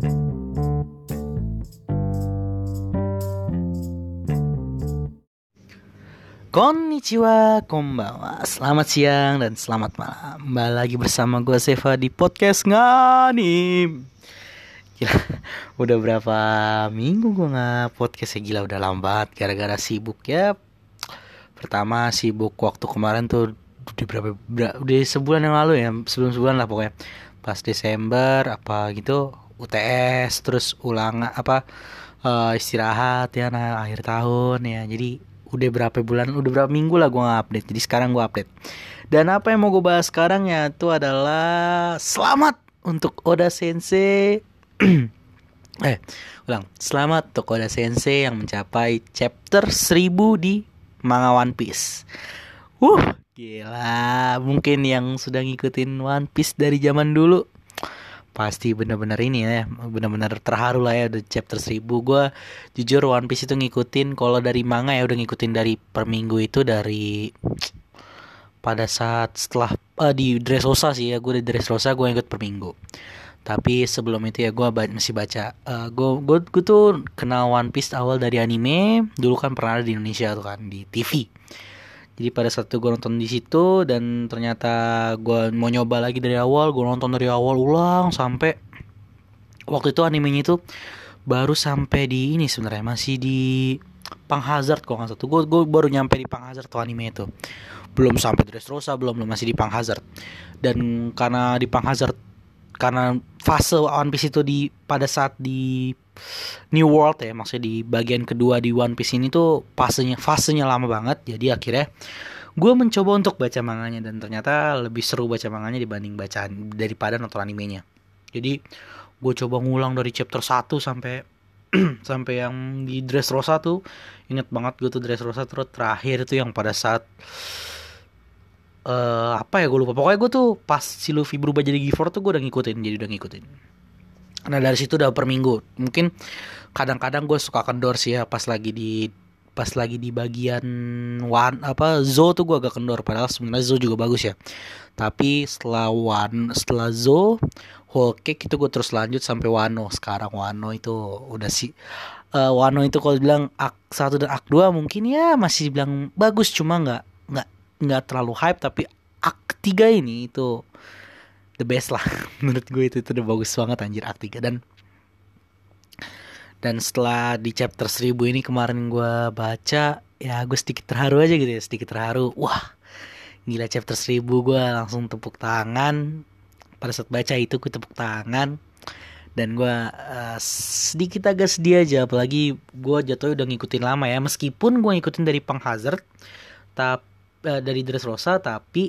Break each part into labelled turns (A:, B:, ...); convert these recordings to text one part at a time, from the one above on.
A: Konnichiwa, konbanwa. Selamat siang dan selamat malam. Kembali lagi bersama gue Seva di podcast Nganim. Gila, udah berapa minggu gue nge-podcast ya. Gila, udah lama banget gara-gara sibuk ya. Pertama sibuk waktu kemarin tuh udah sebulan yang lalu ya. Sebelum sebulan lah pokoknya. Pas Desember apa gitu UTS, terus istirahat ya akhir tahun ya. Jadi udah berapa minggu lah gue nge-update. Jadi sekarang gue update. Dan apa yang mau gue bahas sekarang ya itu adalah selamat untuk Oda Sensei. Selamat untuk Oda Sensei yang mencapai chapter 1000 di manga One Piece. Gila. Mungkin yang sudah ngikutin One Piece dari zaman dulu pasti benar-benar ini ya, benar-benar terharu lah ya udah chapter 1000. Gue jujur One Piece itu ngikutin, kalau dari manga ya udah ngikutin dari per minggu itu, dari pada saat setelah di Dressrosa sih ya. Gue di Dressrosa gue ikut per minggu. Tapi sebelum itu ya gue masih baca. Gue tuh kenal One Piece awal dari anime. Dulu kan pernah ada di Indonesia tuh kan di TV. Jadi pada saat itu gue nonton di situ, dan ternyata gue mau nyoba lagi dari awal. Gue nonton dari awal ulang sampai waktu itu animenya itu baru sampai di ini sebenarnya, masih di Punk Hazard kalau nggak salah. Gue baru nyampe di Punk Hazard tuh anime itu. Belum sampai Dressrosa, belum masih di Punk Hazard. Dan karena di Punk Hazard, karena fase One Piece itu pada saat di New World ya, maksudnya di bagian kedua di One Piece ini tuh fasenya lama banget. Jadi akhirnya gue mencoba untuk baca manganya, dan ternyata lebih seru baca manganya dibanding bacaan daripada nonton animenya. Jadi gue coba ngulang dari chapter 1 sampai sampai yang di Dressrosa tuh. Ingat banget gue tuh Dressrosa, terus terakhir tuh yang pada saat gue lupa. Pokoknya gue tuh pas si Luffy berubah jadi Giver tuh gue udah ngikutin. Nah dari situ udah per minggu. Mungkin kadang-kadang gue suka kendor sih ya pas lagi di bagian Zo tuh gue agak kendor. Padahal sebenarnya Zo juga bagus ya. Tapi setelah Zo, Whole Cake itu gue terus lanjut sampai Wano. Sekarang Wano itu udah sih Wano itu kalau bilang Act 1 dan Act 2 mungkin ya masih bilang bagus, cuma nggak terlalu hype. Tapi Act 3 ini itu the best lah. Menurut gue itu udah bagus banget anjir Act 3. Dan setelah di chapter 1000 ini kemarin gue baca, ya gue sedikit terharu aja gitu ya. Sedikit terharu. Wah gila, chapter 1000 gue langsung tepuk tangan. Pada saat baca itu gue tepuk tangan. Dan gue sedikit agak sedih aja. Apalagi gue jatuhnya udah ngikutin lama ya. Meskipun gue ngikutin dari Punk Hazard, dari Dressrosa. Tapi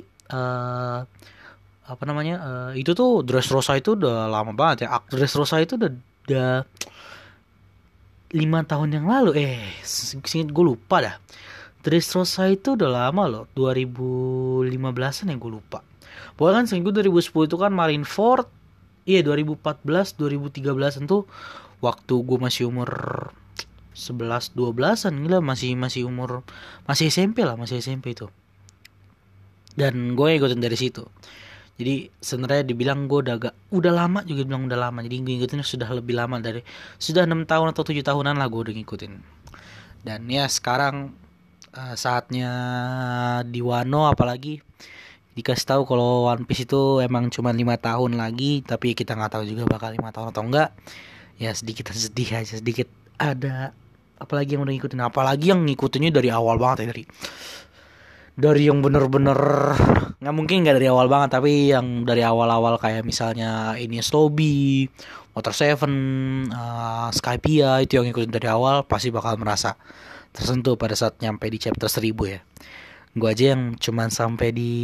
A: itu tuh Dressrosa itu udah lama banget ya. Dressrosa itu udah 5 tahun yang lalu. Singkat gue lupa dah. Dressrosa itu udah lama loh, 2015an ya, gue lupa. Pokoknya kan seingat gue 2010 itu kan Marineford. Iya 2014, 2013an tuh waktu gue masih umur 11-12an. Gila, masih umur, masih SMP itu. Dan gue ikutin dari situ. Jadi sebenarnya dibilang gue udah lama juga, bilang udah lama. Jadi gue ngikutin sudah lebih lama, sudah 6 tahun atau 7 tahunan lah gue udah ngikutin. Dan ya sekarang saatnya di Wano, apalagi dikasih tahu kalau One Piece itu emang cuma 5 tahun lagi. Tapi kita nggak tahu juga bakal 5 tahun atau enggak. Ya sedikit sedih aja, sedikit ada. Apalagi yang udah ngikutin, apalagi yang ngikutinnya dari awal banget ya, dari yang bener-bener nggak mungkin nggak dari awal banget, tapi yang dari awal-awal kayak misalnya Enies Lobby, Water 7, Skypiea, itu yang ngikutin dari awal pasti bakal merasa tersentuh pada saat nyampe di chapter 1000 ya. Gue aja yang cuman sampai di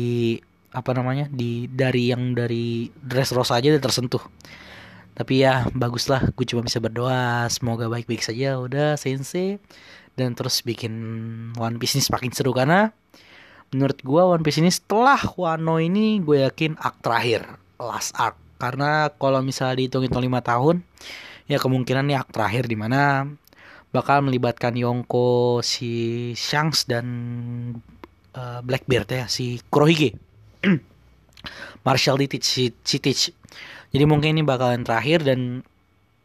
A: dari Dressrosa aja udah tersentuh. Tapi ya baguslah, gue cuma bisa berdoa semoga baik-baik saja udah Sensei, dan terus bikin One Piece ini semakin seru. Karena menurut gue One Piece ini setelah Wano ini gue yakin arc terakhir, last arc. Karena kalau misalnya dihitung-hitung 5 tahun, ya kemungkinan ini arc terakhir dimana bakal melibatkan Yonko, si Shanks, dan Blackbeard ya, si Kurohige. Marshall Teach. Jadi mungkin ini bakalan terakhir, dan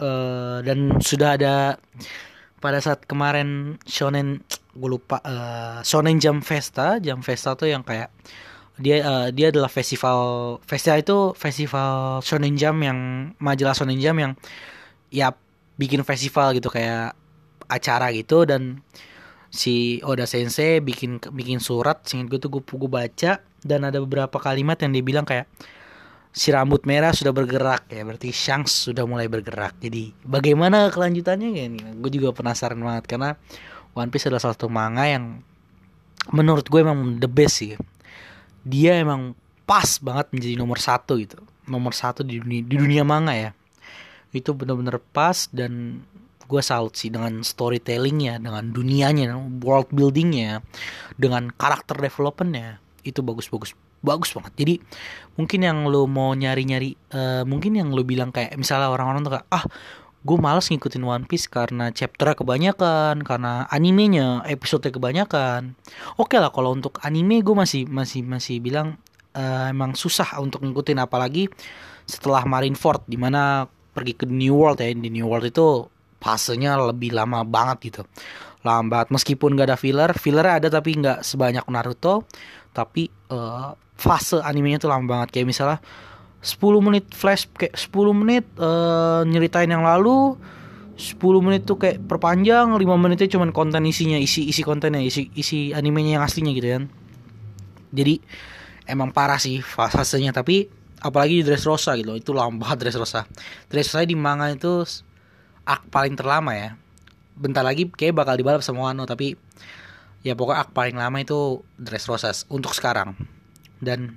A: Dan sudah ada pada saat kemarin Shonen, gue lupa, Shonen Jam Festa tuh yang kayak dia adalah festival itu festival Shonen Jump, yang majalah Shonen Jump yang ya bikin festival gitu, kayak acara gitu. Dan si Oda Sensei bikin surat, singkat gue tuh gue baca, dan ada beberapa kalimat yang dia bilang kayak si rambut merah sudah bergerak, ya berarti Shanks sudah mulai bergerak. Jadi bagaimana kelanjutannya ya nih, gue juga penasaran banget, karena One Piece adalah salah satu manga yang menurut gue emang the best sih. Dia emang pas banget menjadi nomor satu gitu, nomor satu di dunia manga ya. Itu benar-benar pas, dan gue salut sih dengan storytellingnya, dengan dunianya, world buildingnya, dengan karakter developmentnya. Itu bagus banget. Jadi mungkin yang lo mau nyari-nyari, mungkin yang lo bilang kayak misalnya orang-orang tuh kayak, gue malas ngikutin One Piece karena chapternya kebanyakan, karena animenya episodenya kebanyakan. Oke lah, kalau untuk anime gue masih bilang emang susah untuk ngikutin, apalagi setelah Marineford, dimana pergi ke New World ya. Di New World itu fasenya lebih lama banget gitu, lama banget, meskipun gak ada fillernya ada tapi gak sebanyak Naruto. Tapi fase animenya tuh lama banget, kayak misalnya 10 menit flash, kayak 10 menit nyeritain yang lalu, 10 menit tuh kayak perpanjang, 5 menitnya cuman konten isinya, isi kontennya, isi animenya yang aslinya gitu kan. Jadi emang parah sih fasenya. Tapi apalagi di Dressrosa gitu, itu lama banget Dressrosa di manga itu paling terlama ya. Bentar lagi kayak bakal dibalap sama Wano, tapi ya pokoknya paling lama itu Dressrosa untuk sekarang. Dan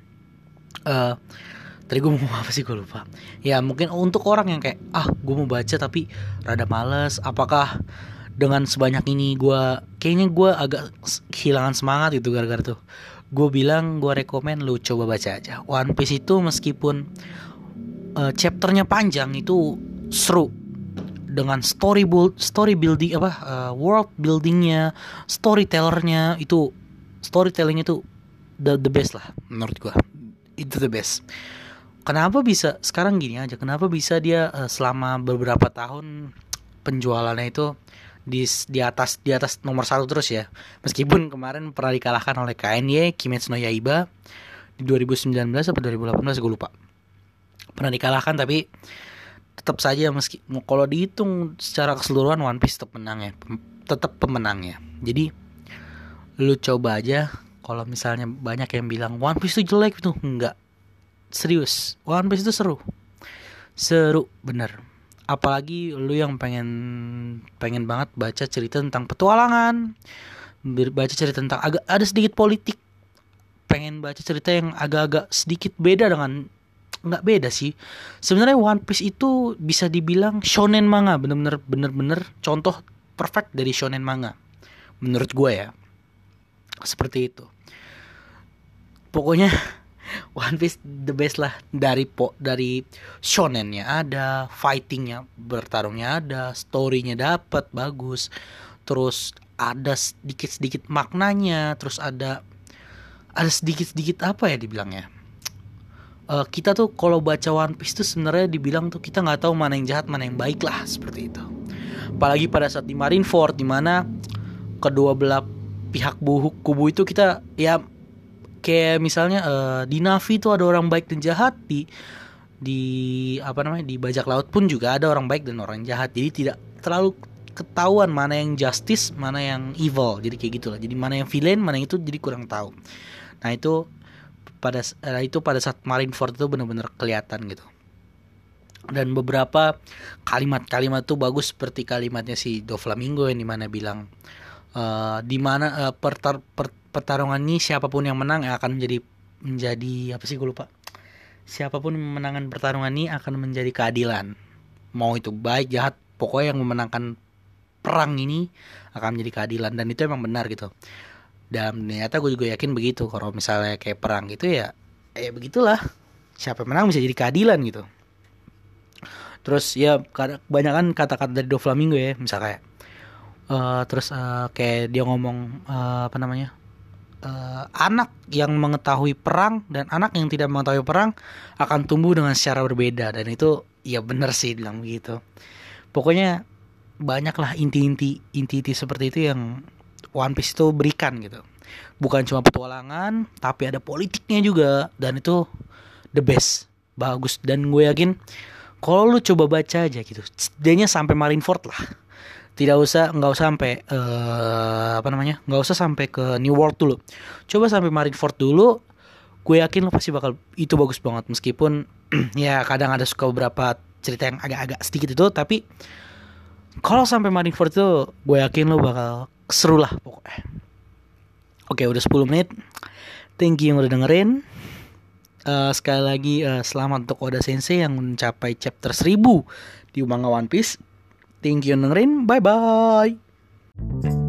A: tadi gue mau ngomong apa sih, gue lupa. Ya mungkin untuk orang yang kayak gue mau baca tapi rada males, apakah dengan sebanyak ini kayaknya gue agak kehilangan semangat gitu gara-gara tuh. Gue bilang, gue rekomen lu coba baca aja One Piece itu, meskipun chapternya panjang, itu seru. Dengan story building world buildingnya, storytellingnya itu the best lah menurut gue. Itu the best. Kenapa bisa sekarang gini aja? Kenapa bisa dia selama beberapa tahun penjualannya itu di atas nomor 1 terus ya? Meskipun kemarin pernah dikalahkan oleh KNY Kimetsu no Yaiba di 2019 atau 2018, gue lupa. Pernah dikalahkan, tapi tetap saja meski kalau dihitung secara keseluruhan One Piece tetap pemenangnya. Jadi lu coba aja. Kalau misalnya banyak yang bilang One Piece itu jelek, itu enggak. Serius, One Piece itu seru bener. Apalagi lu yang pengen banget baca cerita tentang petualangan, baca cerita tentang agak ada sedikit politik, pengen baca cerita yang agak-agak sedikit beda dengan, nggak beda sih sebenarnya. One Piece itu bisa dibilang shonen manga, bener-bener contoh perfect dari shonen manga menurut gue ya. Seperti itu pokoknya. One Piece the best lah. Dari shonennya ada, fightingnya, bertarungnya ada, storynya dapat bagus, terus ada sedikit maknanya, terus ada sedikit apa ya dibilangnya, kita tuh kalau baca One Piece tuh sebenarnya dibilang tuh kita nggak tahu mana yang jahat mana yang baik lah, seperti itu. Apalagi pada saat di Marineford, di mana kedua belah pihak kubu itu kita ya kayak misalnya di Na'vi tuh ada orang baik dan jahat, di bajak laut pun juga ada orang baik dan orang jahat. Jadi tidak terlalu ketahuan mana yang justice, mana yang evil. Jadi kayak gitulah. Jadi mana yang villain, mana yang itu jadi kurang tahu. Nah itu pada saat Marineford itu benar-benar kelihatan gitu. Dan beberapa kalimat-kalimat tuh bagus, seperti kalimatnya si Doflamingo yang dimana bilang pertarungan ini siapapun yang menang akan menjadi apa sih, gue lupa. Siapapun yang memenangkan pertarungan ini akan menjadi keadilan. Mau itu baik jahat, pokoknya yang memenangkan perang ini akan menjadi keadilan. Dan itu emang benar gitu. Dan ternyata gue juga yakin begitu. Kalau misalnya kayak perang gitu ya begitulah. Siapa yang menang bisa jadi keadilan gitu. Terus ya kebanyakan kata-kata dari Doflamingo ya, misalnya kayak dia ngomong anak yang mengetahui perang dan anak yang tidak mengetahui perang akan tumbuh dengan secara berbeda. Dan itu ya benar sih bilang begitu. Pokoknya banyak lah inti-inti seperti itu yang One Piece itu berikan gitu. Bukan cuma petualangan, tapi ada politiknya juga, dan itu the best, bagus. Dan gue yakin kalau lu coba baca aja gitu, setidaknya sampai Marineford lah. Nggak usah sampai nggak usah sampai ke New World dulu. Coba sampai Marineford dulu, gue yakin lu pasti bakal itu bagus banget. Meskipun ya kadang ada suka beberapa cerita yang agak-agak sedikit itu, tapi kalau sampai Marineford itu gue yakin lo bakal seru lah pokoknya. Oke, udah 10 menit. Thank you yang udah dengerin. Sekali lagi selamat untuk Oda Sensei yang mencapai chapter 1000 di manga One Piece. Thank you yang dengerin. Bye bye.